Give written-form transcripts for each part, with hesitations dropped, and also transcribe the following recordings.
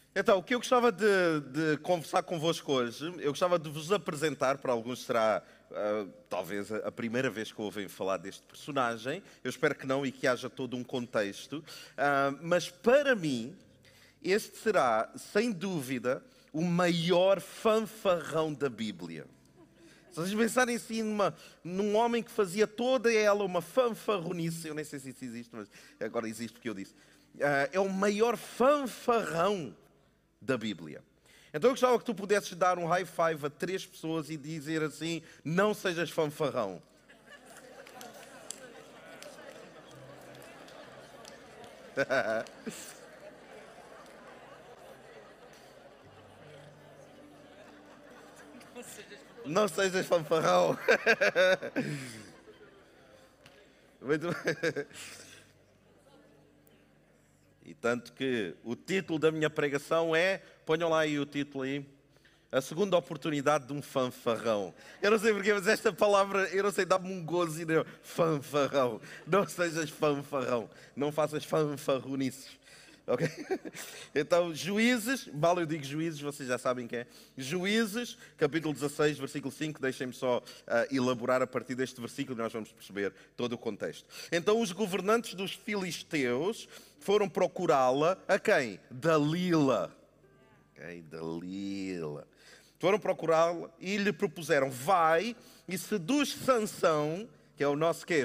Então, o que eu gostava de conversar convosco hoje, eu gostava de vos apresentar, para alguns será talvez a primeira vez que ouvem falar deste personagem, eu espero que não e que haja todo um contexto, mas para mim, este será, sem dúvida, o maior fanfarrão da Bíblia. Se vocês pensarem assim num homem que fazia toda ela uma fanfarronice, eu nem sei se isso existe, mas agora existe porque eu disse, é o maior fanfarrão da Bíblia. Então eu gostava que tu pudesses dar um high five a 3 pessoas e dizer assim, não sejas fanfarrão. Não sejas fanfarrão. Muito bem. E tanto que o título da minha pregação é, ponham lá aí o título aí, a segunda oportunidade de um fanfarrão. Eu não sei porquê, mas esta palavra, eu não sei, dá-me um gozo, fanfarrão. Não sejas fanfarrão, não faças fanfarronices. Ok? Então, Juízes, mal eu digo Juízes, vocês já sabem quem é. Juízes, capítulo 16, versículo 5, deixem-me só elaborar a partir deste versículo e nós vamos perceber todo o contexto. Então, os governantes dos filisteus foram procurá-la, a quem? Dalila. Ok, Dalila. Foram procurá-la e lhe propuseram, vai e seduz Sansão, que é o nosso quê?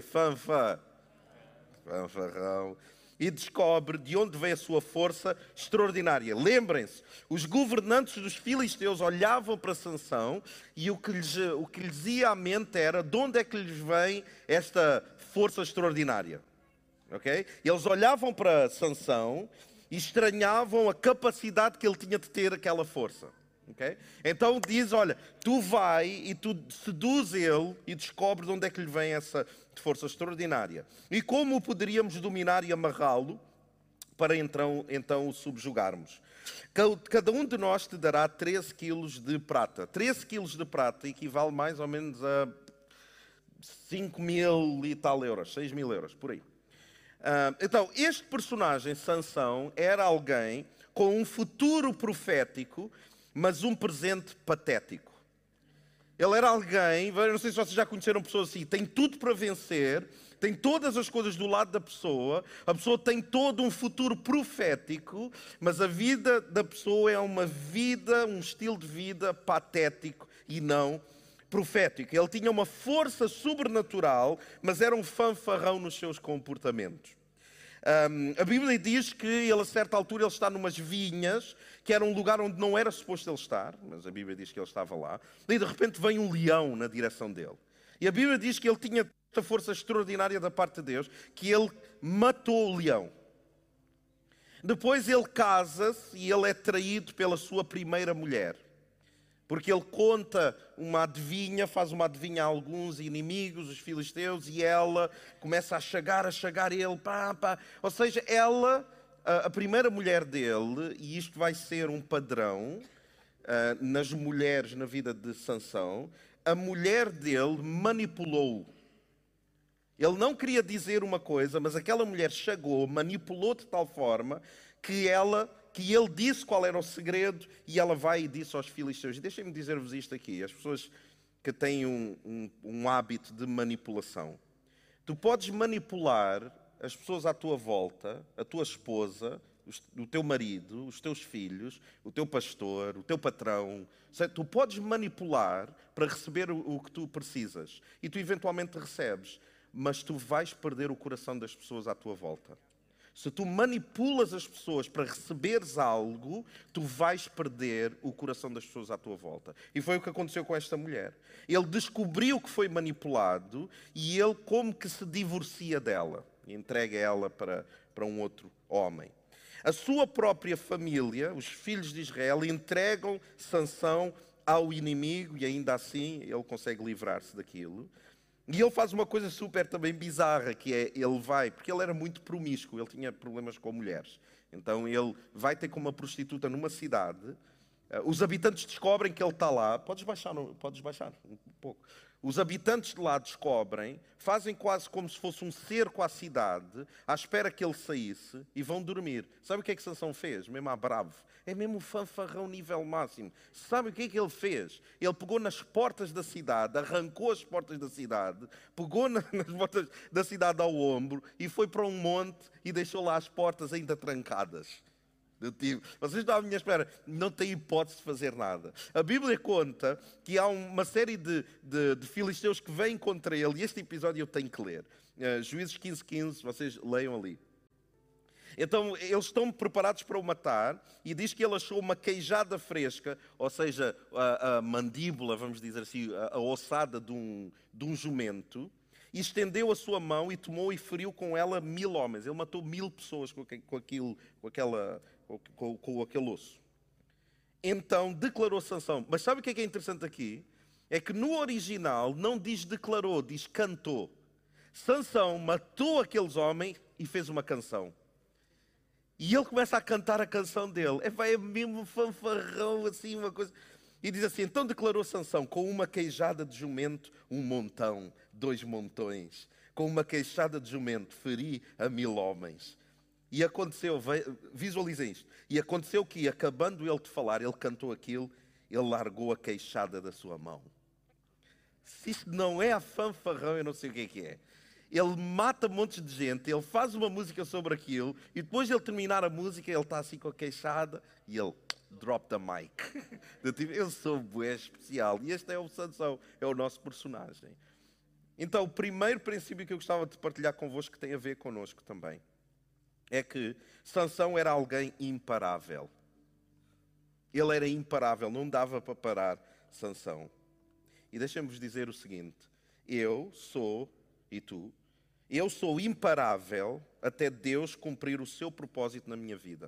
Fanfarrão. E descobre de onde vem a sua força extraordinária. Lembrem-se, os governantes dos filisteus olhavam para Sansão e o que lhes ia à mente era de onde é que lhes vem esta força extraordinária. Okay? Eles olhavam para Sansão e estranhavam a capacidade que ele tinha de ter aquela força. Okay? Então diz, olha, tu vai e tu seduz ele e descobres de onde é que lhe vem essa força extraordinária. E como o poderíamos dominar e amarrá-lo para então o subjugarmos? Cada um de nós te dará 13 quilos de prata. 13 quilos de prata equivale mais ou menos a 5 mil e tal euros, 6 mil euros, por aí. Então, este personagem, Sansão, era alguém com um futuro profético, mas um presente patético. Ele era alguém, eu não sei se vocês já conheceram pessoas assim, tem tudo para vencer, tem todas as coisas do lado da pessoa, a pessoa tem todo um futuro profético, mas a vida da pessoa é uma vida, um estilo de vida patético e não profético. Ele tinha uma força sobrenatural, mas era um fanfarrão nos seus comportamentos. A Bíblia diz que ele, a certa altura, ele está numas vinhas, que era um lugar onde não era suposto ele estar, mas a Bíblia diz que ele estava lá, e de repente vem um leão na direção dele. E a Bíblia diz que ele tinha esta força extraordinária da parte de Deus, que ele matou o leão. Depois ele casa-se e ele é traído pela sua primeira mulher. Porque ele conta uma adivinha, faz uma adivinha a alguns inimigos, os filisteus, e ela começa a chegar ele, pá. Ou seja, ela, a primeira mulher dele, e isto vai ser um padrão nas mulheres na vida de Sansão, a mulher dele manipulou-o. Ele não queria dizer uma coisa, mas aquela mulher chegou, manipulou de tal forma que ele disse qual era o segredo e ela vai e disse aos filisteus. E deixem-me dizer-vos isto aqui, as pessoas que têm um hábito de manipulação. Tu podes manipular as pessoas à tua volta, a tua esposa, o teu marido, os teus filhos, o teu pastor, o teu patrão. Tu podes manipular para receber o que tu precisas. E tu eventualmente recebes, mas tu vais perder o coração das pessoas à tua volta. Se tu manipulas as pessoas para receberes algo, tu vais perder o coração das pessoas à tua volta. E foi o que aconteceu com esta mulher. Ele descobriu que foi manipulado e ele como que se divorcia dela. E entrega ela para um outro homem. A sua própria família, os filhos de Israel, entregam Sansão ao inimigo e ainda assim ele consegue livrar-se daquilo. E ele faz uma coisa super também bizarra, que é, ele vai, porque ele era muito promíscuo, ele tinha problemas com mulheres. Então ele vai ter com uma prostituta numa cidade Os habitantes descobrem que ele está lá. Podes baixar um pouco. Os habitantes de lá descobrem, fazem quase como se fosse um cerco à cidade, à espera que ele saísse, e vão dormir. Sabe o que é que Sansão fez? Mesmo à bravo. É mesmo um fanfarrão nível máximo. Sabe o que é que ele fez? Ele pegou nas portas da cidade, arrancou as portas da cidade, pegou nas portas da cidade ao ombro e foi para um monte e deixou lá as portas ainda trancadas. Vocês estão à minha espera, não têm hipótese de fazer nada. A Bíblia conta que há uma série de filisteus que vêm contra ele, e este episódio eu tenho que ler. Juízes 15:15, vocês leiam ali. Então eles estão preparados para o matar, e diz que ele achou uma queijada fresca, ou seja, a mandíbula, vamos dizer assim, a ossada de um jumento, e estendeu a sua mão e tomou e feriu com ela 1000 homens. Ele matou 1000 pessoas com aquele osso. Então declarou Sansão. Mas sabe o que é interessante aqui? É que no original não diz declarou, diz cantou. Sansão matou aqueles homens e fez uma canção. E ele começa a cantar a canção dele. É mesmo fanfarrão, assim, uma coisa. E diz assim, então declarou Sansão, com uma queijada de jumento, um montão, 2 montões. Com uma queixada de jumento, feri a 1000 homens. E aconteceu, visualizem isto, e aconteceu que, acabando ele de falar, ele cantou aquilo, ele largou a queixada da sua mão. Se isto não é a fanfarrão, eu não sei o que é. Ele mata montes de gente, ele faz uma música sobre aquilo, e depois de ele terminar a música, ele está assim com a queixada, e ele drop the mic. Eu sou bué especial, e este é o Sansão, é o nosso personagem. Então, o primeiro princípio que eu gostava de partilhar convosco, que tem a ver connosco também, é que Sansão era alguém imparável. Ele era imparável, não dava para parar Sansão. E deixem-vos dizer o seguinte, eu sou imparável até Deus cumprir o seu propósito na minha vida.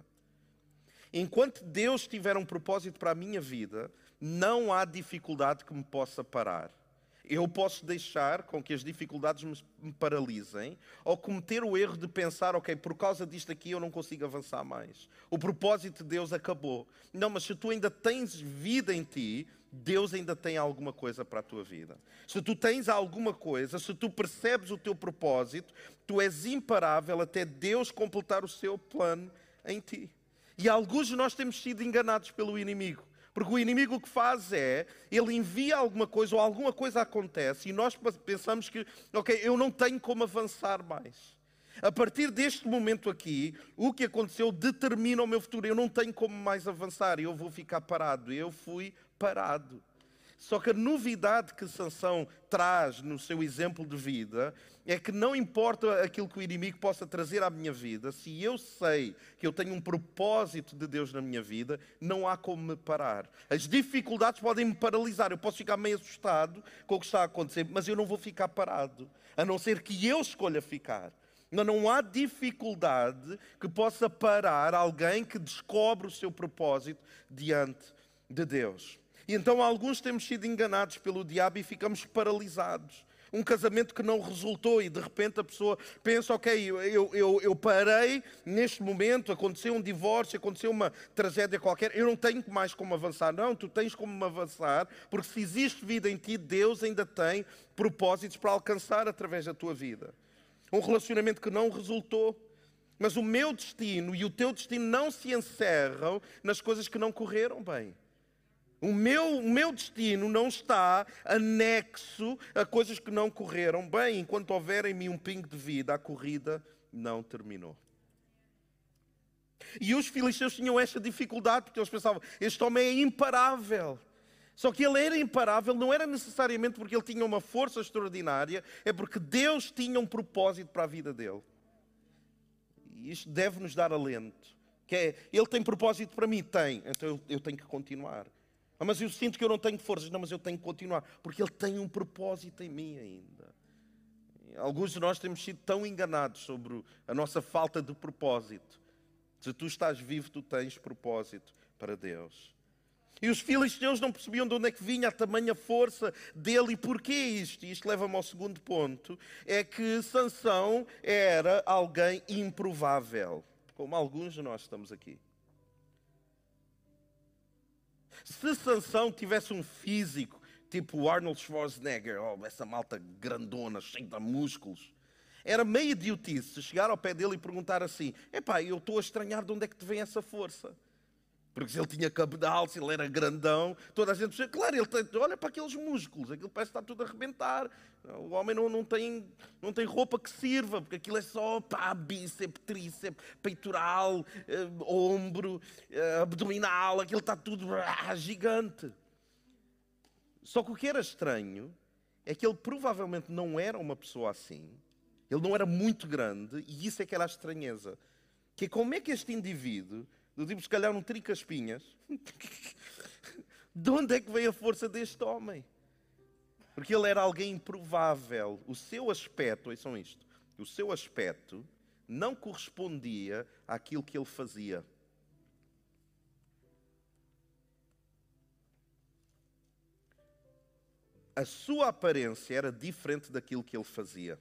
Enquanto Deus tiver um propósito para a minha vida, não há dificuldade que me possa parar. Eu posso deixar com que as dificuldades me paralisem ou cometer o erro de pensar, ok, por causa disto aqui eu não consigo avançar mais. O propósito de Deus acabou. Não, mas se tu ainda tens vida em ti, Deus ainda tem alguma coisa para a tua vida. Se tu tens alguma coisa, se tu percebes o teu propósito, tu és imparável até Deus completar o seu plano em ti. E alguns de nós temos sido enganados pelo inimigo. Porque o inimigo o que faz é, ele envia alguma coisa ou alguma coisa acontece e nós pensamos que, ok, eu não tenho como avançar mais. A partir deste momento aqui, o que aconteceu determina o meu futuro. Eu não tenho como mais avançar, eu vou ficar parado. Eu fui parado. Só que a novidade que Sansão traz no seu exemplo de vida é que não importa aquilo que o inimigo possa trazer à minha vida, se eu sei que eu tenho um propósito de Deus na minha vida, não há como me parar. As dificuldades podem me paralisar, eu posso ficar meio assustado com o que está a acontecer, mas eu não vou ficar parado, a não ser que eu escolha ficar. Não há dificuldade que possa parar alguém que descobre o seu propósito diante de Deus. E então alguns temos sido enganados pelo diabo e ficamos paralisados. Um casamento que não resultou e de repente a pessoa pensa, ok, eu parei neste momento, aconteceu um divórcio, aconteceu uma tragédia qualquer, eu não tenho mais como avançar. Não, tu tens como avançar, porque se existe vida em ti, Deus ainda tem propósitos para alcançar através da tua vida. Um relacionamento que não resultou. Mas o meu destino e o teu destino não se encerram nas coisas que não correram bem. O meu destino não está anexo a coisas que não correram bem. Enquanto houver em mim um pingo de vida, a corrida não terminou. E os filisteus tinham esta dificuldade, porque eles pensavam, este homem é imparável. Só que ele era imparável, não era necessariamente porque ele tinha uma força extraordinária, é porque Deus tinha um propósito para a vida dele. E isto deve nos dar alento. Que é, ele tem propósito para mim? Tem. Então eu tenho que continuar. Mas eu sinto que eu não tenho forças. Não, mas eu tenho que continuar. Porque ele tem um propósito em mim ainda. Alguns de nós temos sido tão enganados sobre a nossa falta de propósito. Se tu estás vivo, tu tens propósito para Deus. E os filisteus não percebiam de onde é que vinha a tamanha força dele e porquê isto. E isto leva-me ao segundo ponto. É que Sansão era alguém improvável. Como alguns de nós estamos aqui. Se Sansão tivesse um físico tipo o Arnold Schwarzenegger, essa malta grandona, cheia de músculos, era meio idiotice chegar ao pé dele e perguntar assim: epá, eu estou a estranhar de onde é que te vem essa força. Porque se ele tinha cabedal, se ele era grandão, toda a gente dizia, claro, ele tem, olha para aqueles músculos, aquilo parece que está tudo a arrebentar. O homem não tem roupa que sirva, porque aquilo é só bíceps, tríceps, peitoral, ombro, abdominal, aquilo está tudo gigante. Só que o que era estranho é que ele provavelmente não era uma pessoa assim, ele não era muito grande, e isso é que era a estranheza. Que é como é que este indivíduo, do tipo, se calhar um trica-espinhas, de onde é que veio a força deste homem? Porque ele era alguém improvável. O seu aspecto, ouçam isto, o seu aspecto não correspondia àquilo que ele fazia. A sua aparência era diferente daquilo que ele fazia.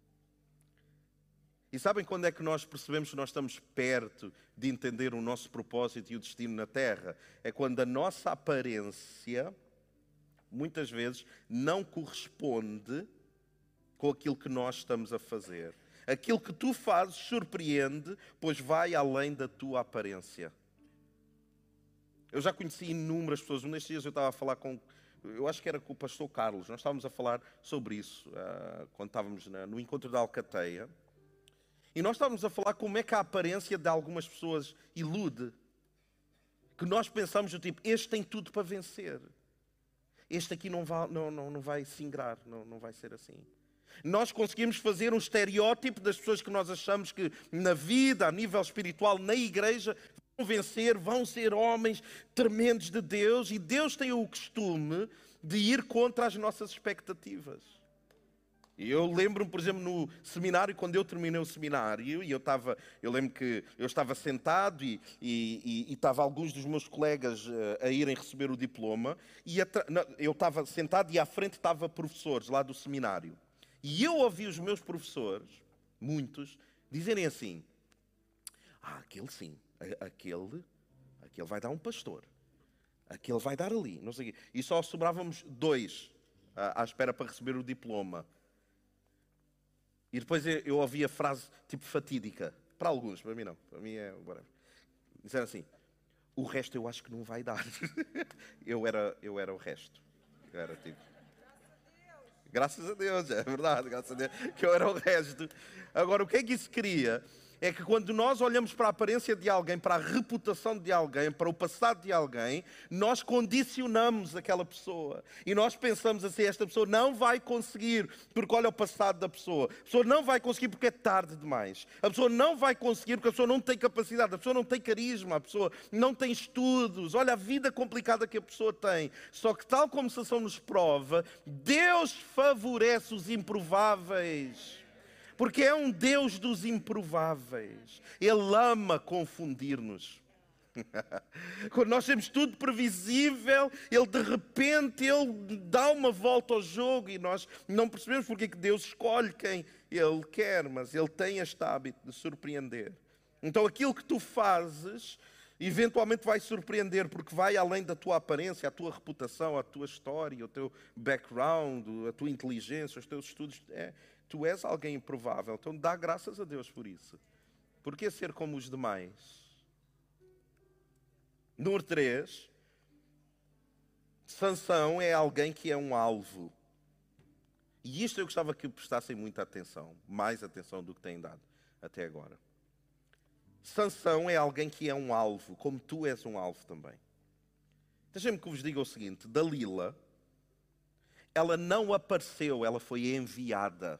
E sabem quando é que nós percebemos que nós estamos perto de entender o nosso propósito e o destino na Terra? É quando a nossa aparência, muitas vezes, não corresponde com aquilo que nós estamos a fazer. Aquilo que tu fazes surpreende, pois vai além da tua aparência. Eu já conheci inúmeras pessoas. Um destes dias eu estava a falar eu acho que era com o pastor Carlos. Nós estávamos a falar sobre isso, quando estávamos no encontro da Alcateia. E nós estávamos a falar como é que a aparência de algumas pessoas ilude. Que nós pensamos do tipo, este tem tudo para vencer. Este aqui não vai se ingrar, não vai ser assim. Nós conseguimos fazer um estereótipo das pessoas que nós achamos que na vida, a nível espiritual, na igreja, vão vencer, vão ser homens tremendos de Deus. E Deus tem o costume de ir contra as nossas expectativas. E eu lembro-me, por exemplo, no seminário, quando eu terminei o seminário, e eu lembro que eu estava sentado e estava alguns dos meus colegas a irem receber o diploma, e eu estava sentado e à frente estava professores lá do seminário. E eu ouvi os meus professores, muitos, dizerem assim: aquele sim, aquele vai dar um pastor, aquele vai dar ali, não sei o quê. E só sobrávamos 2 à espera para receber o diploma. E depois eu ouvi a frase tipo fatídica. Para alguns, para mim não. Para mim é whatever. Disseram assim: o resto eu acho que não vai dar. eu era o resto. Eu era tipo... Graças a Deus, é verdade. Graças a Deus que eu era o resto. Agora, o que é que isso cria? É que quando nós olhamos para a aparência de alguém, para a reputação de alguém, para o passado de alguém, nós condicionamos aquela pessoa. E nós pensamos assim: esta pessoa não vai conseguir, porque olha o passado da pessoa. A pessoa não vai conseguir porque é tarde demais. A pessoa não vai conseguir porque a pessoa não tem capacidade, a pessoa não tem carisma, a pessoa não tem estudos. Olha a vida complicada que a pessoa tem. Só que, tal como Sansão nos prova, Deus favorece os improváveis. Porque é um Deus dos improváveis. Ele ama confundir-nos. Quando nós temos tudo previsível, Ele de repente dá uma volta ao jogo e nós não percebemos porque é que Deus escolhe quem Ele quer, mas Ele tem este hábito de surpreender. Então aquilo que tu fazes eventualmente vai surpreender, porque vai além da tua aparência, a tua reputação, a tua história, o teu background, a tua inteligência, os teus estudos. Tu és alguém improvável, então dá graças a Deus por isso. Por que ser como os demais? Número 3, Sansão é alguém que é um alvo. E isto eu gostava que prestassem muita atenção, mais atenção do que têm dado até agora. Sansão é alguém que é um alvo, como tu és um alvo também. Deixem-me que vos diga o seguinte: Dalila, ela não apareceu, ela foi enviada.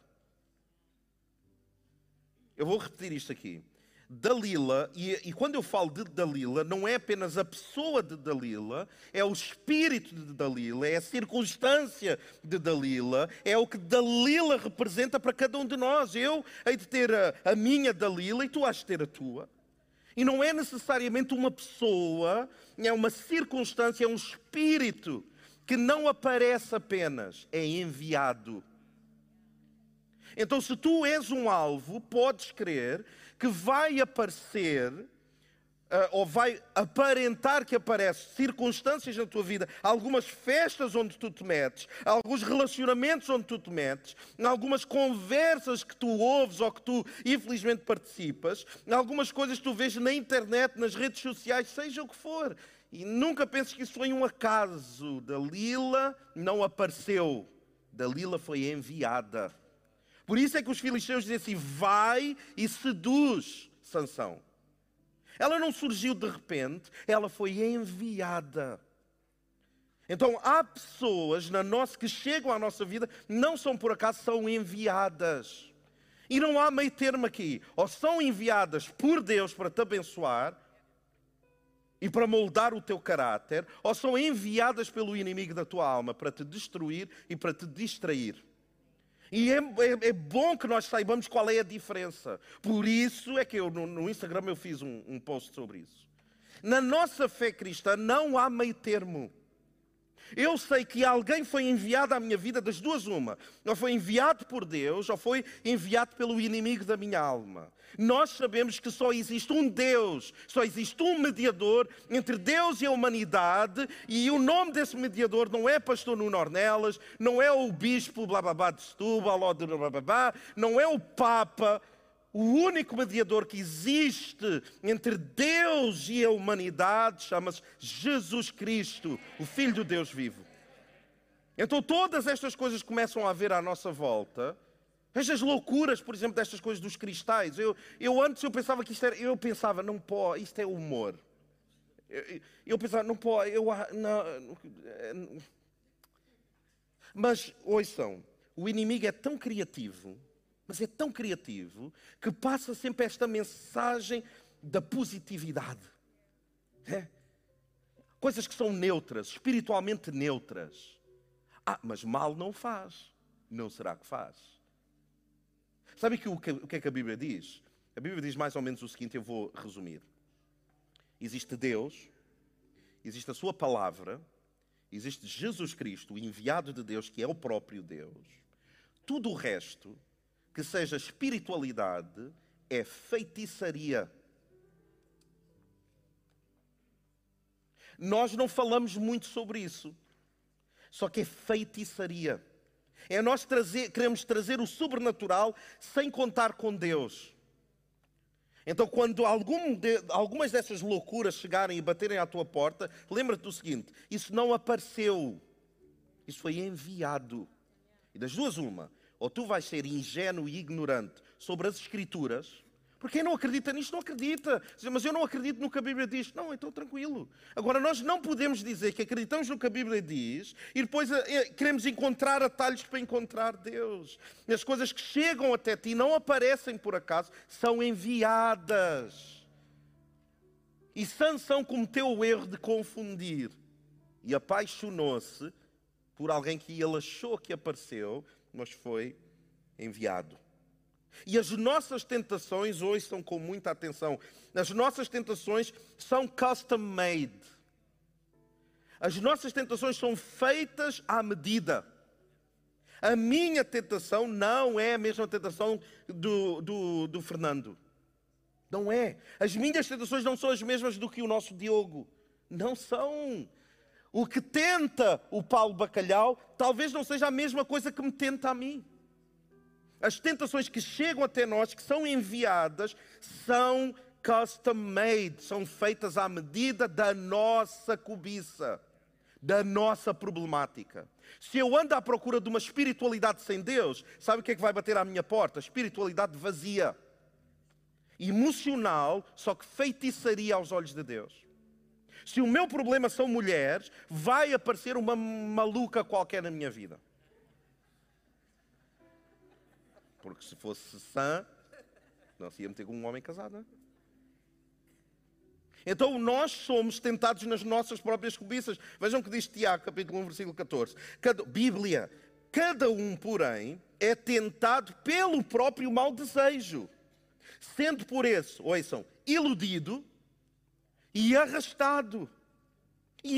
Eu vou repetir isto aqui. Dalila, e quando eu falo de Dalila, não é apenas a pessoa de Dalila, é o espírito de Dalila, é a circunstância de Dalila, é o que Dalila representa para cada um de nós. Eu hei de ter a minha Dalila e tu has de ter a tua. E não é necessariamente uma pessoa, é uma circunstância, é um espírito que não aparece apenas, é enviado. Então, se tu és um alvo, podes crer que vai aparecer ou vai aparentar que aparece circunstâncias na tua vida, algumas festas onde tu te metes, alguns relacionamentos onde tu te metes, algumas conversas que tu ouves ou que tu infelizmente participas, algumas coisas que tu vês na internet, nas redes sociais, seja o que for. E nunca penses que isso foi um acaso. Dalila não apareceu. Dalila foi enviada. Por isso é que os filisteus dizem assim: vai e seduz Sansão. Ela não surgiu de repente, ela foi enviada. Então há pessoas que chegam à nossa vida, não são por acaso, são enviadas. E não há meio termo aqui. Ou são enviadas por Deus para te abençoar e para moldar o teu caráter, ou são enviadas pelo inimigo da tua alma para te destruir e para te distrair. E é bom que nós saibamos qual é a diferença. Por isso é que eu no Instagram eu fiz um post sobre isso. Na nossa fé cristã não há meio termo. Eu sei que alguém foi enviado à minha vida das duas uma. Ou foi enviado por Deus, ou foi enviado pelo inimigo da minha alma. Nós sabemos que só existe um Deus, só existe um mediador entre Deus e a humanidade, e o nome desse mediador não é pastor Nuno Ornelas, não é o bispo blá blá blá de Setúbal, ou de blá blá blá, não é o Papa. O único mediador que existe entre Deus e a humanidade chama-se Jesus Cristo, o Filho de Deus vivo. Então todas estas coisas começam a haver à nossa volta. Estas loucuras, por exemplo, destas coisas dos cristais. Antes eu pensava que isto era... Eu pensava, não pode, isto é humor. Eu pensava, não pode, não. Mas, ouçam, o inimigo é tão criativo, mas é tão criativo, que passa sempre esta mensagem da positividade. É? Coisas que são neutras, espiritualmente neutras. Mas mal não faz. Não será que faz? Sabe o que é que a Bíblia diz? A Bíblia diz mais ou menos o seguinte, eu vou resumir. Existe Deus, existe a sua palavra, existe Jesus Cristo, o enviado de Deus, que é o próprio Deus. Tudo o resto, que seja espiritualidade, é feitiçaria. Nós não falamos muito sobre isso, só que é feitiçaria. É nós queremos trazer o sobrenatural sem contar com Deus. Então, quando algumas dessas loucuras chegarem e baterem à tua porta, lembra-te do seguinte: isso não apareceu, isso foi enviado. E das duas uma, ou tu vais ser ingênuo e ignorante sobre as Escrituras, porque quem não acredita nisto não acredita. Mas eu não acredito no que a Bíblia diz. Não, então tranquilo. Agora, nós não podemos dizer que acreditamos no que a Bíblia diz e depois queremos encontrar atalhos para encontrar Deus. As coisas que chegam até ti não aparecem por acaso, são enviadas. E Sansão cometeu o erro de confundir e apaixonou-se por alguém que ele achou que apareceu, mas foi enviado. E as nossas tentações, ouçam com muita atenção, as nossas tentações são custom made. As nossas tentações são feitas à medida. A minha tentação não é a mesma tentação do Fernando. Não é. As minhas tentações não são as mesmas do que o nosso Diogo. Não são. O que tenta o Paulo Bacalhau talvez não seja a mesma coisa que me tenta a mim. As tentações que chegam até nós, que são enviadas, são custom made, são feitas à medida da nossa cobiça, da nossa problemática. Se eu ando à procura de uma espiritualidade sem Deus, sabe o que é que vai bater à minha porta? Espiritualidade vazia, emocional, só que feitiçaria aos olhos de Deus. Se o meu problema são mulheres, vai aparecer uma maluca qualquer na minha vida. Porque se fosse sã, não se ia meter com um homem casado, não é? Então nós somos tentados nas nossas próprias cobiças. Vejam o que diz Tiago, capítulo 1, versículo 14. Bíblia. Cada um, porém, é tentado pelo próprio mau desejo, sendo por esse, ouçam, iludido e arrastado. E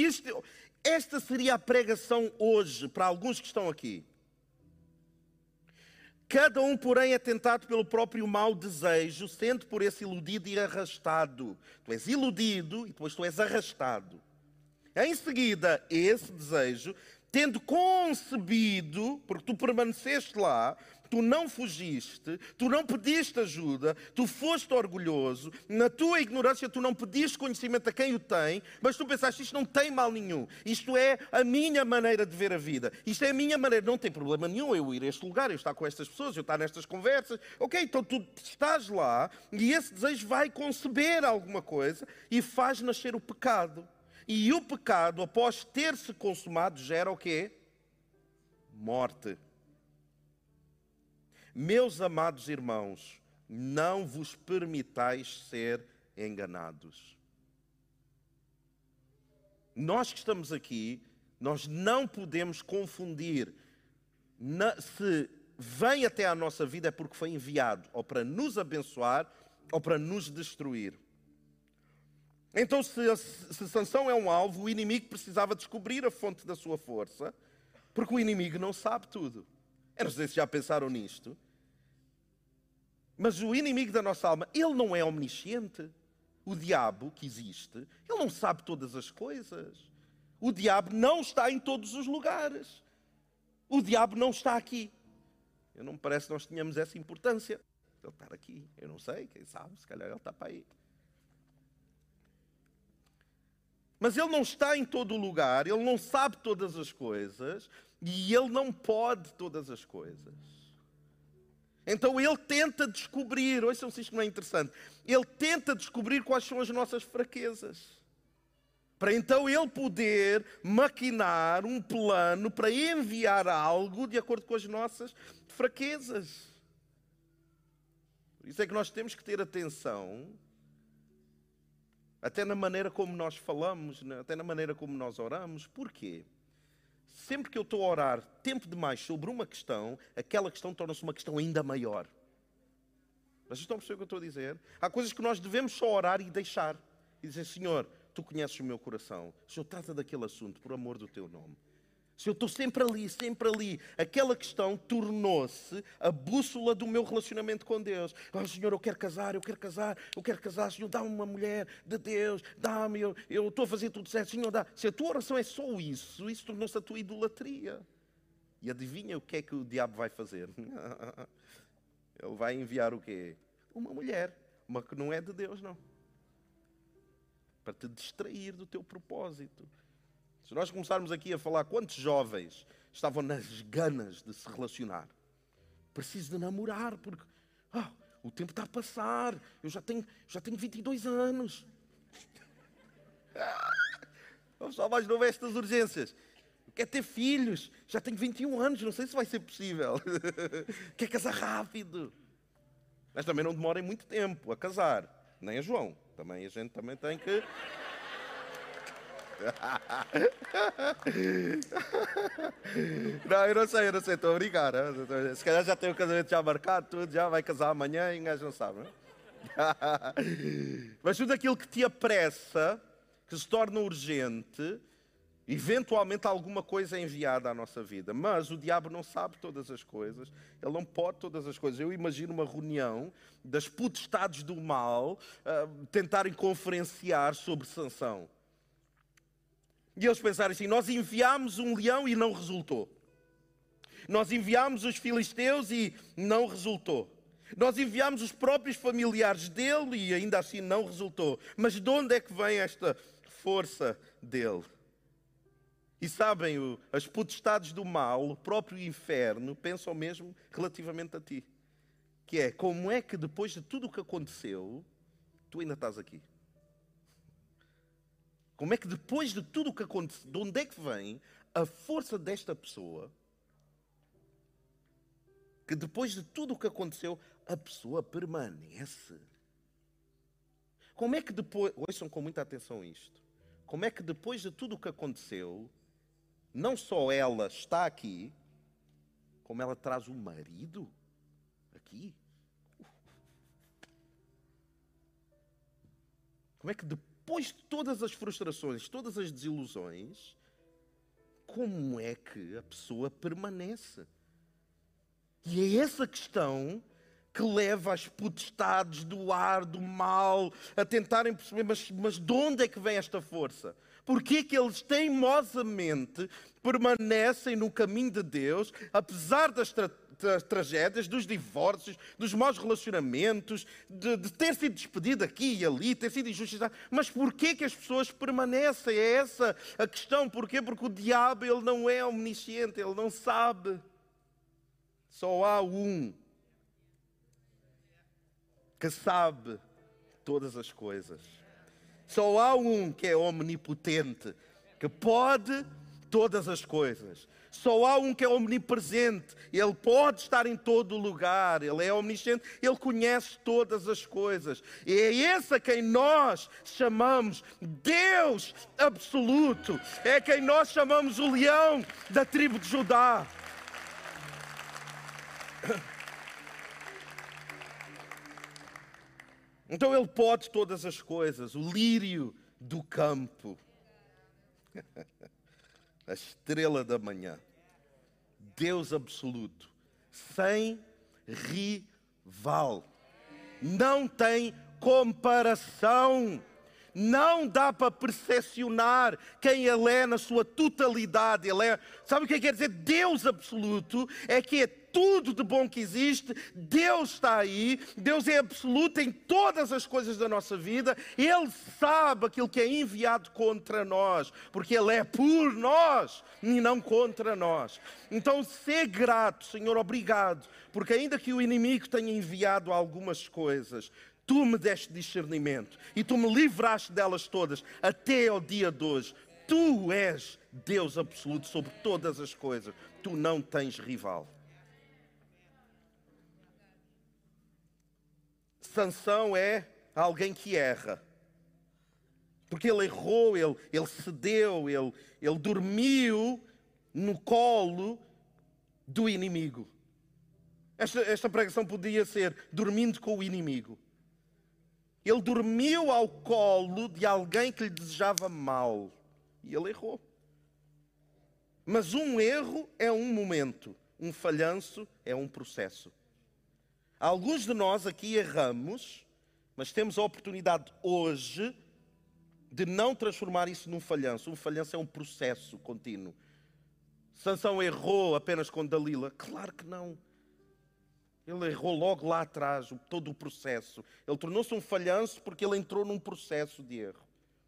esta seria a pregação hoje para alguns que estão aqui. Cada um, porém, é tentado pelo próprio mau desejo, sendo por esse iludido e arrastado. Tu és iludido e depois tu és arrastado. Em seguida, esse desejo, tendo concebido, porque tu permaneceste lá, tu não fugiste, tu não pediste ajuda, tu foste orgulhoso, na tua ignorância tu não pediste conhecimento a quem o tem, mas tu pensaste, isto não tem mal nenhum, isto é a minha maneira de ver a vida, isto é a minha maneira, não tem problema nenhum eu ir a este lugar, eu estar com estas pessoas, eu estar nestas conversas, ok, então tu estás lá e esse desejo vai conceber alguma coisa e faz nascer o pecado. E o pecado, após ter-se consumado, gera o quê? Morte. Meus amados irmãos, não vos permitais ser enganados. Nós que estamos aqui, nós não podemos confundir. Se vem até à nossa vida é porque foi enviado, ou para nos abençoar, ou para nos destruir. Então, se Sansão é um alvo, o inimigo precisava descobrir a fonte da sua força, porque o inimigo não sabe tudo. Eu não sei se já pensaram nisto. Mas o inimigo da nossa alma, ele não é omnisciente. O diabo que existe, ele não sabe todas as coisas. O diabo não está em todos os lugares. O diabo não está aqui. Eu não me parece que nós tenhamos essa importância. Ele está aqui, eu não sei, quem sabe, se calhar ele está para aí. Mas ele não está em todo o lugar, ele não sabe todas as coisas e ele não pode todas as coisas. Então ele tenta descobrir, ouçam se isto não é interessante, ele tenta descobrir quais são as nossas fraquezas. Para então ele poder maquinar um plano para enviar algo de acordo com as nossas fraquezas. Por isso é que nós temos que ter atenção, até na maneira como nós falamos, até na maneira como nós oramos. Porquê? Sempre que eu estou a orar tempo demais sobre uma questão, aquela questão torna-se uma questão ainda maior. Vocês estão a perceber o que eu estou a dizer? Há coisas que nós devemos só orar e deixar. E dizer, Senhor, Tu conheces o meu coração. Senhor, trata daquele assunto, por amor do Teu nome. Se eu estou sempre ali, aquela questão tornou-se a bússola do meu relacionamento com Deus. Oh, Senhor, eu quero casar, Senhor, dá-me uma mulher de Deus, dá-me, eu estou a fazer tudo certo, Senhor, dá. Se a tua oração é só isso tornou-se a tua idolatria. E adivinha o que é que o diabo vai fazer? Ele vai enviar o quê? Uma mulher, uma que não é de Deus, não. Para te distrair do teu propósito. Se nós começarmos aqui a falar quantos jovens estavam nas ganas de se relacionar, preciso de namorar, porque o tempo está a passar, eu já tenho 22 anos. O pessoal mais novo a estas urgências. Quer ter filhos, já tenho 21 anos, não sei se vai ser possível. Quer casar rápido. Mas também não demorem muito tempo a casar, nem a João. A gente também tem que... Não, eu não sei, estou a brincar. Se calhar já tem o casamento já marcado, tudo, já vai casar amanhã e o gajo não sabe, não é? Mas tudo aquilo que te apressa, que se torna urgente, eventualmente alguma coisa é enviada à nossa vida. Mas o diabo não sabe todas as coisas, ele não pode todas as coisas. Eu imagino uma reunião das potestades do mal tentarem conferenciar sobre Sansão. E eles pensaram assim, nós enviámos um leão e não resultou. Nós enviámos os filisteus e não resultou. Nós enviámos os próprios familiares dele e ainda assim não resultou. Mas de onde é que vem esta força dele? E sabem, as potestades do mal, o próprio inferno, pensam mesmo relativamente a ti. Que é, como é que depois de tudo o que aconteceu, tu ainda estás aqui? Como é que depois de tudo o que aconteceu, de onde é que vem a força desta pessoa, que depois de tudo o que aconteceu, a pessoa permanece? Como é que depois, ouçam com muita atenção isto, como é que depois de tudo o que aconteceu, não só ela está aqui, como ela traz o marido aqui? Como é que depois de todas as frustrações, todas as desilusões, como é que a pessoa permanece? E é essa questão que leva as potestades do ar, do mal, a tentarem perceber, mas de onde é que vem esta força? Porquê que eles teimosamente permanecem no caminho de Deus, apesar das tragédias, dos divórcios, dos maus relacionamentos, de ter sido despedido aqui e ali, ter sido injustiçado? Mas porquê que as pessoas permanecem? É essa a questão. Porquê? Porque o diabo, ele não é omnisciente, ele não sabe. Só há um que sabe todas as coisas. Só há um que é omnipotente, que pode todas as coisas. Só há um que é omnipresente. Ele pode estar em todo lugar. Ele é omnisciente. Ele conhece todas as coisas. E é esse a quem nós chamamos Deus absoluto. É quem nós chamamos o leão da tribo de Judá. Então ele pode todas as coisas, o lírio do campo, a estrela da manhã, Deus absoluto, sem rival, não tem comparação, não dá para percepcionar quem ele é na sua totalidade. Ele é, sabe o que quer dizer? Deus absoluto é que é tudo de bom que existe, Deus está aí, Deus é absoluto em todas as coisas da nossa vida, Ele sabe aquilo que é enviado contra nós, porque Ele é por nós e não contra nós. Então, ser grato, Senhor, obrigado, porque ainda que o inimigo tenha enviado algumas coisas, Tu me deste discernimento e Tu me livraste delas todas até ao dia de hoje. Tu és Deus absoluto sobre todas as coisas, Tu não tens rival. Sansão é alguém que erra. Porque ele errou, ele cedeu, ele dormiu no colo do inimigo. Esta pregação podia ser dormindo com o inimigo. Ele dormiu ao colo de alguém que lhe desejava mal. E ele errou. Mas um erro é um momento. Um falhanço é um processo. Alguns de nós aqui erramos, mas temos a oportunidade hoje de não transformar isso num falhanço. Um falhanço é um processo contínuo. Sansão errou apenas com Dalila? Claro que não. Ele errou logo lá atrás, todo o processo. Ele tornou-se um falhanço porque ele entrou num processo de erro.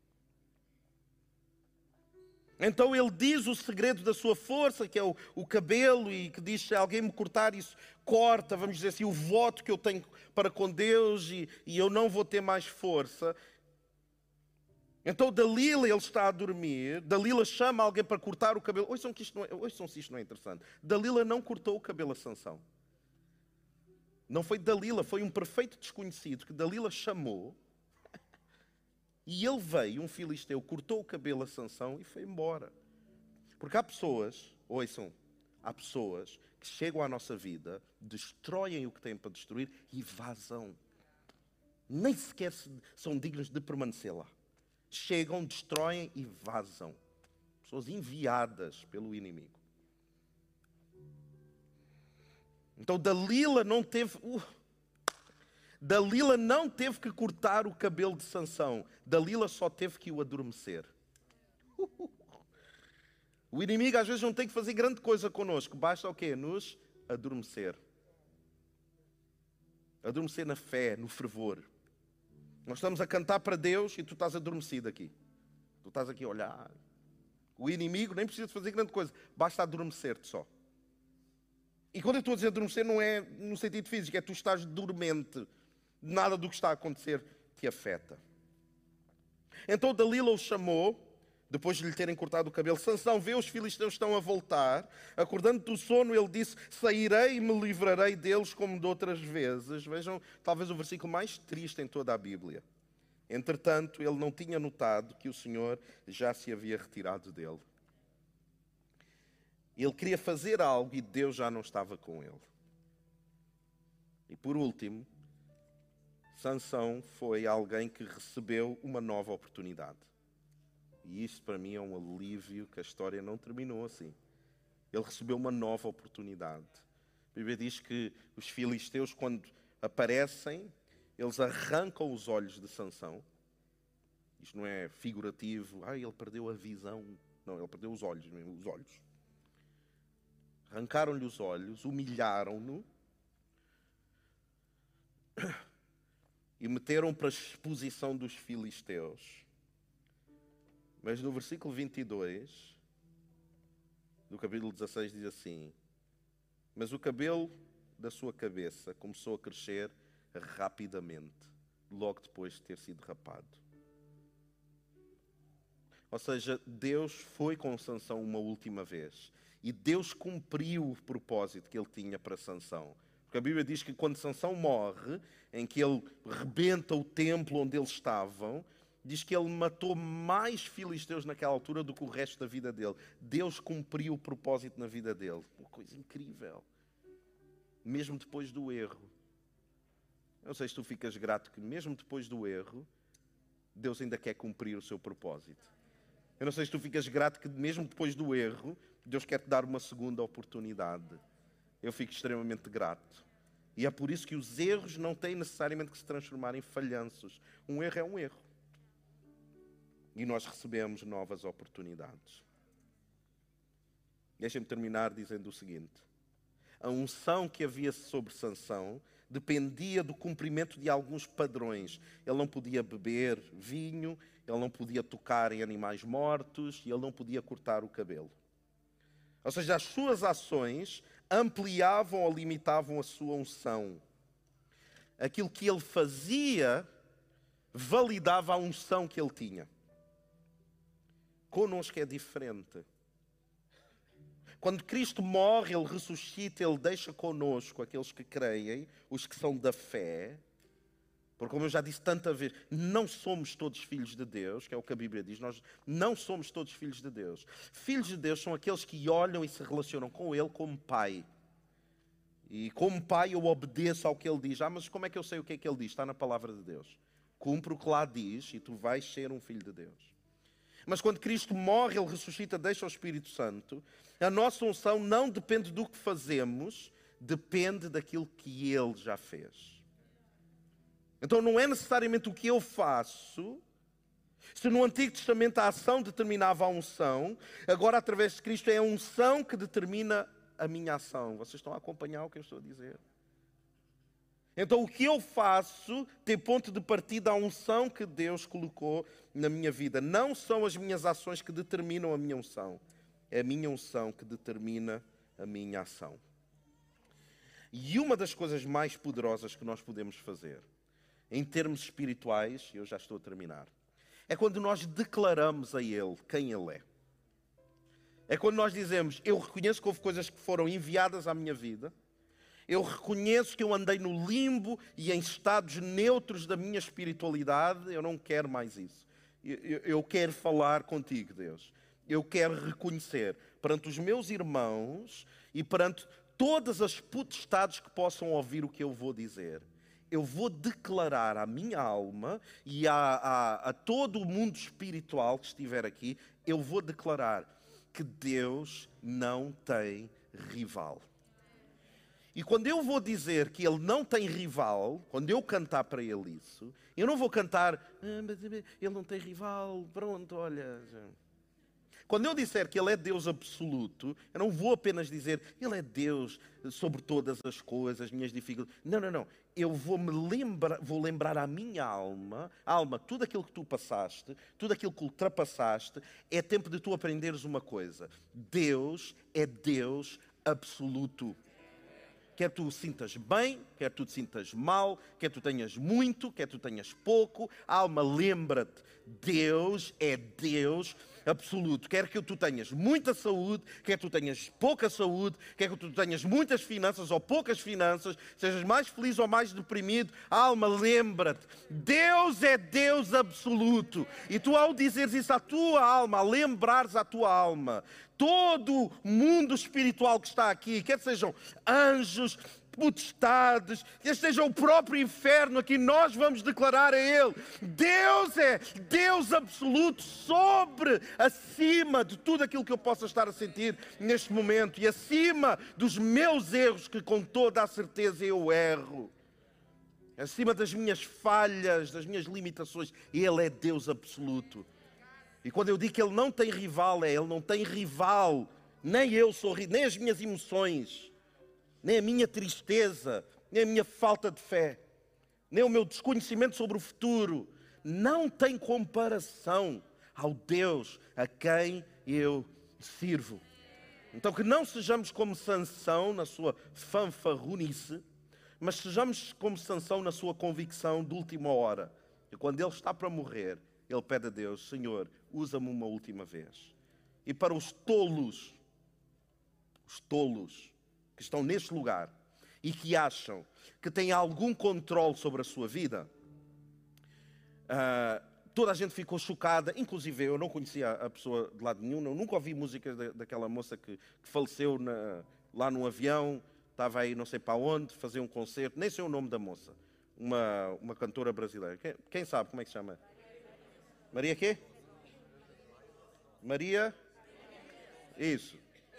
Então ele diz o segredo da sua força, que é o cabelo, e que diz: se alguém me cortar isso, corta, vamos dizer assim, o voto que eu tenho para com Deus, e eu não vou ter mais força. Então Dalila, ele está a dormir, Dalila chama alguém para cortar o cabelo. Ouçam se isto não é interessante. Dalila não cortou o cabelo a Sansão. Não foi Dalila, foi um perfeito desconhecido que Dalila chamou. E ele veio, um filisteu, cortou o cabelo a Sansão e foi embora. Porque há pessoas, ouçam, há pessoas que chegam à nossa vida, destroem o que têm para destruir e vazam. Nem sequer são dignos de permanecer lá. Chegam, destroem e vazam. Pessoas enviadas pelo inimigo. Então Dalila não teve... Dalila não teve que cortar o cabelo de Sansão. Dalila só teve que o adormecer. O inimigo às vezes não tem que fazer grande coisa connosco. Basta o quê? Nos adormecer. Adormecer na fé, no fervor. Nós estamos a cantar para Deus e tu estás adormecido aqui. Tu estás aqui a olhar. O inimigo nem precisa fazer grande coisa. Basta adormecer-te só. E quando eu estou a dizer adormecer, não é no sentido físico. É tu estás dormente. Nada do que está a acontecer te afeta. Então Dalila o chamou, depois de lhe terem cortado o cabelo. Sansão vê os filisteus estão a voltar. Acordando do sono, ele disse: sairei e me livrarei deles como de outras vezes. Vejam, talvez o versículo mais triste em toda a Bíblia. Entretanto, ele não tinha notado que o Senhor já se havia retirado dele. Ele queria fazer algo e Deus já não estava com ele. E por último, Sansão foi alguém que recebeu uma nova oportunidade. E isto para mim é um alívio que a história não terminou assim. Ele recebeu uma nova oportunidade. A Bíblia diz que os filisteus, quando aparecem, eles arrancam os olhos de Sansão. Isto não é figurativo. Ele perdeu a visão. Não, ele perdeu os olhos mesmo, os olhos. Arrancaram-lhe os olhos, humilharam-no e meteram para a exposição dos filisteus. Mas no versículo 22 do capítulo 16 diz assim: mas o cabelo da sua cabeça começou a crescer rapidamente, logo depois de ter sido rapado. Ou seja, Deus foi com Sansão uma última vez. E Deus cumpriu o propósito que ele tinha para Sansão. Porque a Bíblia diz que quando Sansão morre, em que ele rebenta o templo onde eles estavam, diz que ele matou mais filisteus naquela altura do que o resto da vida dele. Deus cumpriu o propósito na vida dele. Uma coisa incrível. Mesmo depois do erro. Eu não sei se tu ficas grato que mesmo depois do erro, Deus ainda quer cumprir o seu propósito. Eu não sei se tu ficas grato que mesmo depois do erro, Deus quer te dar uma segunda oportunidade. Eu fico extremamente grato. E é por isso que os erros não têm necessariamente que se transformar em falhanços. Um erro é um erro. E nós recebemos novas oportunidades. Deixem-me terminar dizendo o seguinte. A unção que havia sobre Sansão dependia do cumprimento de alguns padrões. Ele não podia beber vinho, ele não podia tocar em animais mortos e ele não podia cortar o cabelo. Ou seja, as suas ações ampliavam ou limitavam a sua unção. Aquilo que ele fazia validava a unção que ele tinha. Conosco é diferente. Quando Cristo morre, Ele ressuscita, Ele deixa conosco aqueles que creem, os que são da fé. Porque, como eu já disse tanta vez, não somos todos filhos de Deus, que é o que a Bíblia diz, nós não somos todos filhos de Deus. Filhos de Deus são aqueles que olham e se relacionam com Ele como Pai. E como Pai eu obedeço ao que Ele diz. Mas como é que eu sei o que é que Ele diz? Está na palavra de Deus. Cumpre o que lá diz e tu vais ser um filho de Deus. Mas quando Cristo morre, Ele ressuscita, deixa o Espírito Santo. A nossa unção não depende do que fazemos, depende daquilo que Ele já fez. Então não é necessariamente o que eu faço. Se no Antigo Testamento a ação determinava a unção, agora através de Cristo é a unção que determina a minha ação. Vocês estão a acompanhar o que eu estou a dizer? Então o que eu faço tem ponto de partida a unção que Deus colocou na minha vida. Não são as minhas ações que determinam a minha unção. É a minha unção que determina a minha ação. E uma das coisas mais poderosas que nós podemos fazer, em termos espirituais, eu já estou a terminar, é quando nós declaramos a Ele quem Ele é. É quando nós dizemos, eu reconheço que houve coisas que foram enviadas à minha vida, eu reconheço que eu andei no limbo e em estados neutros da minha espiritualidade, eu não quero mais isso. Eu quero falar contigo, Deus. Eu quero reconhecer perante os meus irmãos e perante todas as potestades que possam ouvir o que eu vou dizer. Eu vou declarar à minha alma e a todo o mundo espiritual que estiver aqui, eu vou declarar que Deus não tem rival. E quando eu vou dizer que Ele não tem rival, quando eu cantar para Ele isso, eu não vou cantar, mas Ele não tem rival, pronto, olha. Quando eu disser que Ele é Deus absoluto, eu não vou apenas dizer, Ele é Deus sobre todas as coisas, as minhas dificuldades. Não. Eu vou lembrar à minha alma, tudo aquilo que tu passaste, tudo aquilo que ultrapassaste, é tempo de tu aprenderes uma coisa. Deus é Deus absoluto. Quer tu sintas bem, quer tu te sintas mal, quer tu tenhas muito, quer tu tenhas pouco. Alma, lembra-te, Deus é Deus absoluto. Quer que tu tenhas muita saúde, quer tu tenhas pouca saúde, quer que tu tenhas muitas finanças ou poucas finanças, sejas mais feliz ou mais deprimido. Alma, lembra-te, Deus é Deus absoluto. E tu, ao dizeres isso à tua alma, a lembrares à tua alma, todo o mundo espiritual que está aqui, quer sejam anjos, potestades, que esteja o próprio inferno aqui, nós vamos declarar a Ele. Deus é Deus absoluto, sobre, acima de tudo aquilo que eu possa estar a sentir neste momento e acima dos meus erros, que com toda a certeza eu erro. Acima das minhas falhas, das minhas limitações, Ele é Deus absoluto. E quando eu digo que Ele não tem rival, Ele não tem rival. Nem eu sou rival, nem as minhas emoções, nem a minha tristeza, nem a minha falta de fé, nem o meu desconhecimento sobre o futuro, não tem comparação ao Deus a quem eu sirvo. Então que não sejamos como Sansão na sua fanfarronice, mas sejamos como Sansão na sua convicção de última hora. E quando ele está para morrer, ele pede a Deus: Senhor, usa-me uma última vez. E para os tolos que estão neste lugar e que acham que têm algum controle sobre a sua vida, toda a gente ficou chocada, inclusive eu não conhecia a pessoa de lado nenhum, eu nunca ouvi música daquela moça que faleceu lá no avião, estava aí não sei para onde, fazer um concerto, nem sei o nome da moça, uma cantora brasileira. Quem sabe como é que se chama? Maria quê? Maria? Isso.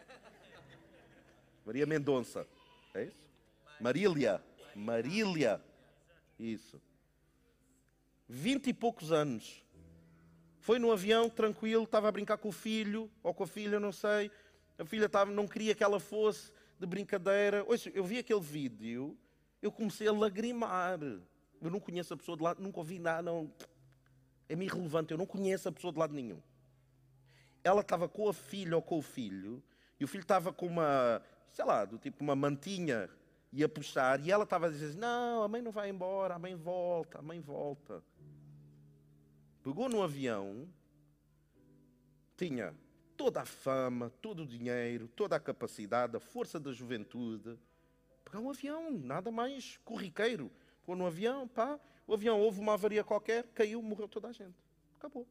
Maria Mendonça. É isso? Marília. Isso. 20 e poucos anos. Foi no avião, tranquilo, estava a brincar com o filho, ou com a filha, não sei. A filha não queria que ela fosse de brincadeira. Ouça, eu vi aquele vídeo, eu comecei a lagrimar. Eu não conheço a pessoa de lado, nunca ouvi nada, não. É-me irrelevante, eu não conheço a pessoa de lado nenhum. Ela estava com a filha ou com o filho, e o filho estava com uma, sei lá, do tipo uma mantinha, ia puxar, e ela estava a dizer: não, a mãe não vai embora, a mãe volta. Pegou no avião, tinha toda a fama, todo o dinheiro, toda a capacidade, a força da juventude. Pegou um avião, nada mais corriqueiro. Pegou no avião, pá, o avião houve uma avaria qualquer, caiu, morreu toda a gente. Acabou.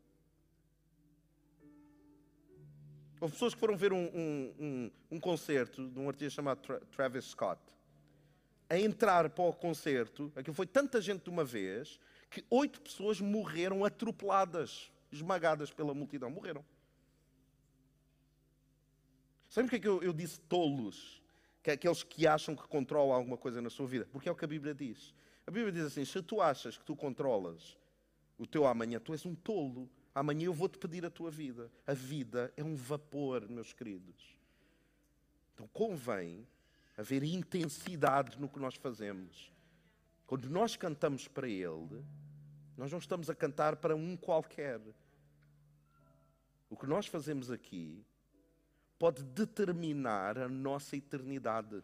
Houve pessoas que foram ver um concerto de um artista chamado Travis Scott. A entrar para o concerto, aquilo foi tanta gente de uma vez, que 8 pessoas morreram atropeladas, esmagadas pela multidão. Morreram. Sabe porque é que eu disse tolos? Que é aqueles que acham que controlam alguma coisa na sua vida. Porque é o que a Bíblia diz. A Bíblia diz assim: se tu achas que tu controlas o teu amanhã, tu és um tolo. Amanhã eu vou-te pedir a tua vida. A vida é um vapor, meus queridos. Então convém haver intensidade no que nós fazemos. Quando nós cantamos para Ele, nós não estamos a cantar para um qualquer. O que nós fazemos aqui pode determinar a nossa eternidade.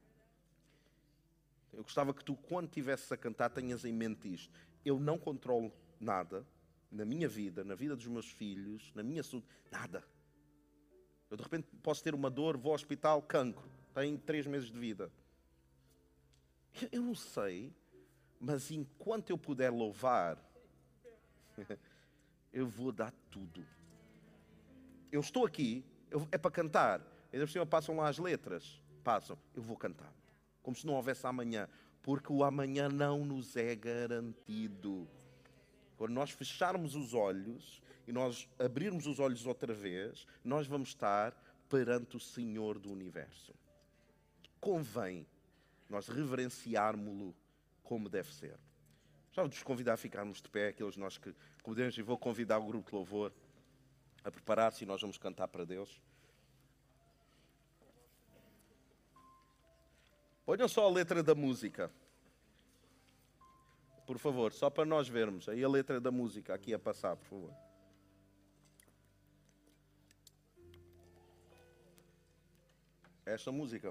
Eu gostava que tu, quando estivesses a cantar, tenhas em mente isto: eu não controlo nada na minha vida, na vida dos meus filhos, na minha saúde, nada. Eu de repente posso ter uma dor, vou ao hospital, cancro, tenho 3 meses de vida. Eu não sei, mas enquanto eu puder louvar, eu vou dar tudo. Eu estou aqui, é para cantar. Ainda por cima passam lá as letras. Passam, eu vou cantar. Como se não houvesse amanhã. Porque o amanhã não nos é garantido. Quando nós fecharmos os olhos e nós abrirmos os olhos outra vez, nós vamos estar perante o Senhor do Universo. Convém nós reverenciarmos-lo como deve ser. Já vos convidar a ficarmos de pé, aqueles nós que podemos, e vou convidar o grupo de louvor a preparar-se e nós vamos cantar para Deus. Olhem só a letra da música. Por favor, só para nós vermos. Aí a letra da música aqui a passar, por favor. Esta música.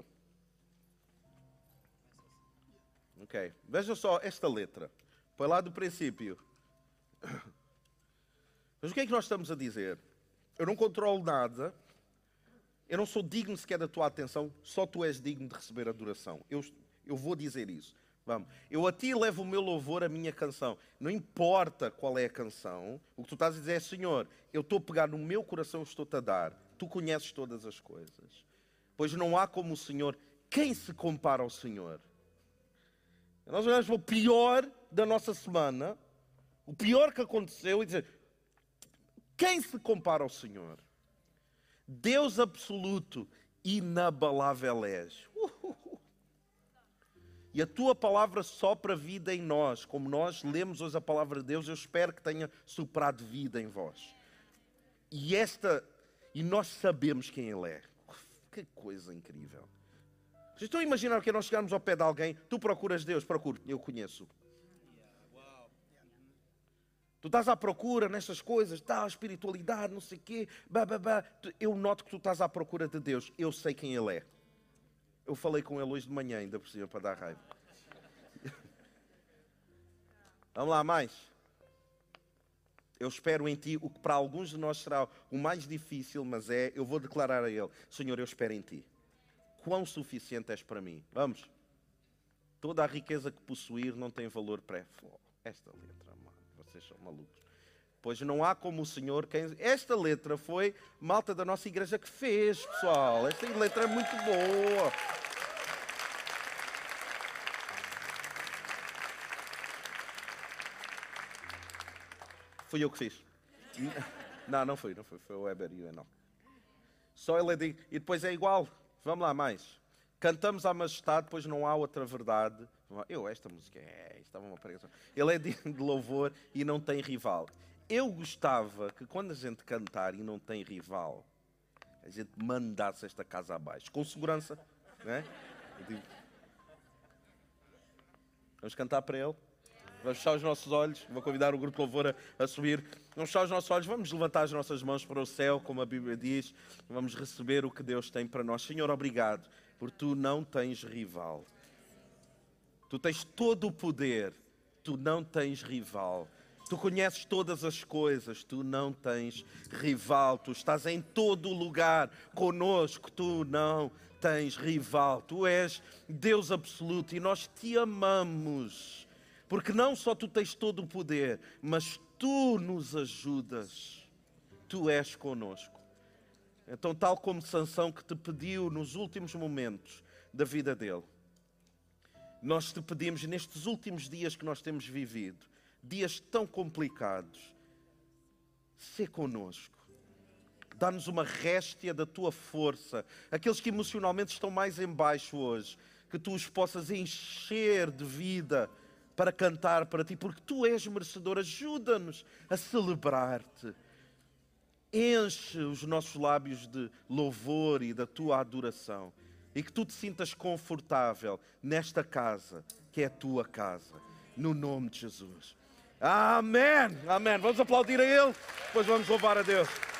Ok. Veja só esta letra. Põe lá do princípio. Mas o que é que nós estamos a dizer? Eu não controlo nada. Eu não sou digno sequer da tua atenção. Só tu és digno de receber adoração. Eu vou dizer isso. Vamos. Eu a ti levo o meu louvor, a minha canção. Não importa qual é a canção. O que tu estás a dizer é: Senhor, eu estou a pegar no meu coração e estou-te a dar. Tu conheces todas as coisas. Pois não há como o Senhor. Quem se compara ao Senhor? Nós olhamos para o pior da nossa semana, o pior que aconteceu, e dizer: quem se compara ao Senhor? Deus absoluto, inabalável és. E a tua palavra sopra vida em nós. Como nós lemos hoje a palavra de Deus, eu espero que tenha soprado vida em vós. E nós sabemos quem Ele é. Que coisa incrível. Vocês estão a imaginar que nós chegarmos ao pé de alguém, tu procuras Deus, procuro, eu conheço. Tu estás à procura nestas coisas, espiritualidade, não sei o quê, eu noto que tu estás à procura de Deus, eu sei quem Ele é. Eu falei com ele hoje de manhã, ainda por cima, para dar raiva. Vamos lá, mais. Eu espero em ti, o que para alguns de nós será o mais difícil, mas eu vou declarar a ele: Senhor, eu espero em ti. Quão suficiente és para mim. Vamos. Toda a riqueza que possuir não tem valor para... Esta letra, mano, vocês são malucos. Pois não há como o Senhor... Esta letra foi malta da nossa igreja que fez, pessoal. Esta letra é muito boa. Fui eu que fiz. Não foi. Foi o Weber e o Enoch. Só ele diz... E depois é igual. Vamos lá, mais. Cantamos à majestade, pois não há outra verdade. Esta música estava uma pregação. Ele é digno de louvor e não tem rival. Eu gostava que quando a gente cantar e não tem rival, a gente mandasse esta casa abaixo, com segurança, não é? Vamos cantar para ele? Vamos fechar os nossos olhos, vou convidar o grupo de louvor a subir. Vamos fechar os nossos olhos, vamos levantar as nossas mãos para o céu, como a Bíblia diz. Vamos receber o que Deus tem para nós. Senhor, obrigado, porque tu não tens rival. Tu tens todo o poder, tu não tens rival. Tu conheces todas as coisas, tu não tens rival, tu estás em todo o lugar conosco, tu não tens rival. Tu és Deus absoluto e nós te amamos, porque não só tu tens todo o poder, mas tu nos ajudas, tu és conosco. Então, tal como Sansão que te pediu nos últimos momentos da vida dele, nós te pedimos nestes últimos dias que nós temos vivido, dias tão complicados, sê conosco. Dá-nos uma réstia da tua força. Aqueles que emocionalmente estão mais em baixo hoje, que tu os possas encher de vida para cantar para ti, porque tu és merecedor. Ajuda-nos a celebrar-te. Enche os nossos lábios de louvor e da tua adoração. E que tu te sintas confortável nesta casa, que é a tua casa. No nome de Jesus. Amém. Amém. Vamos aplaudir a Ele, depois vamos louvar a Deus.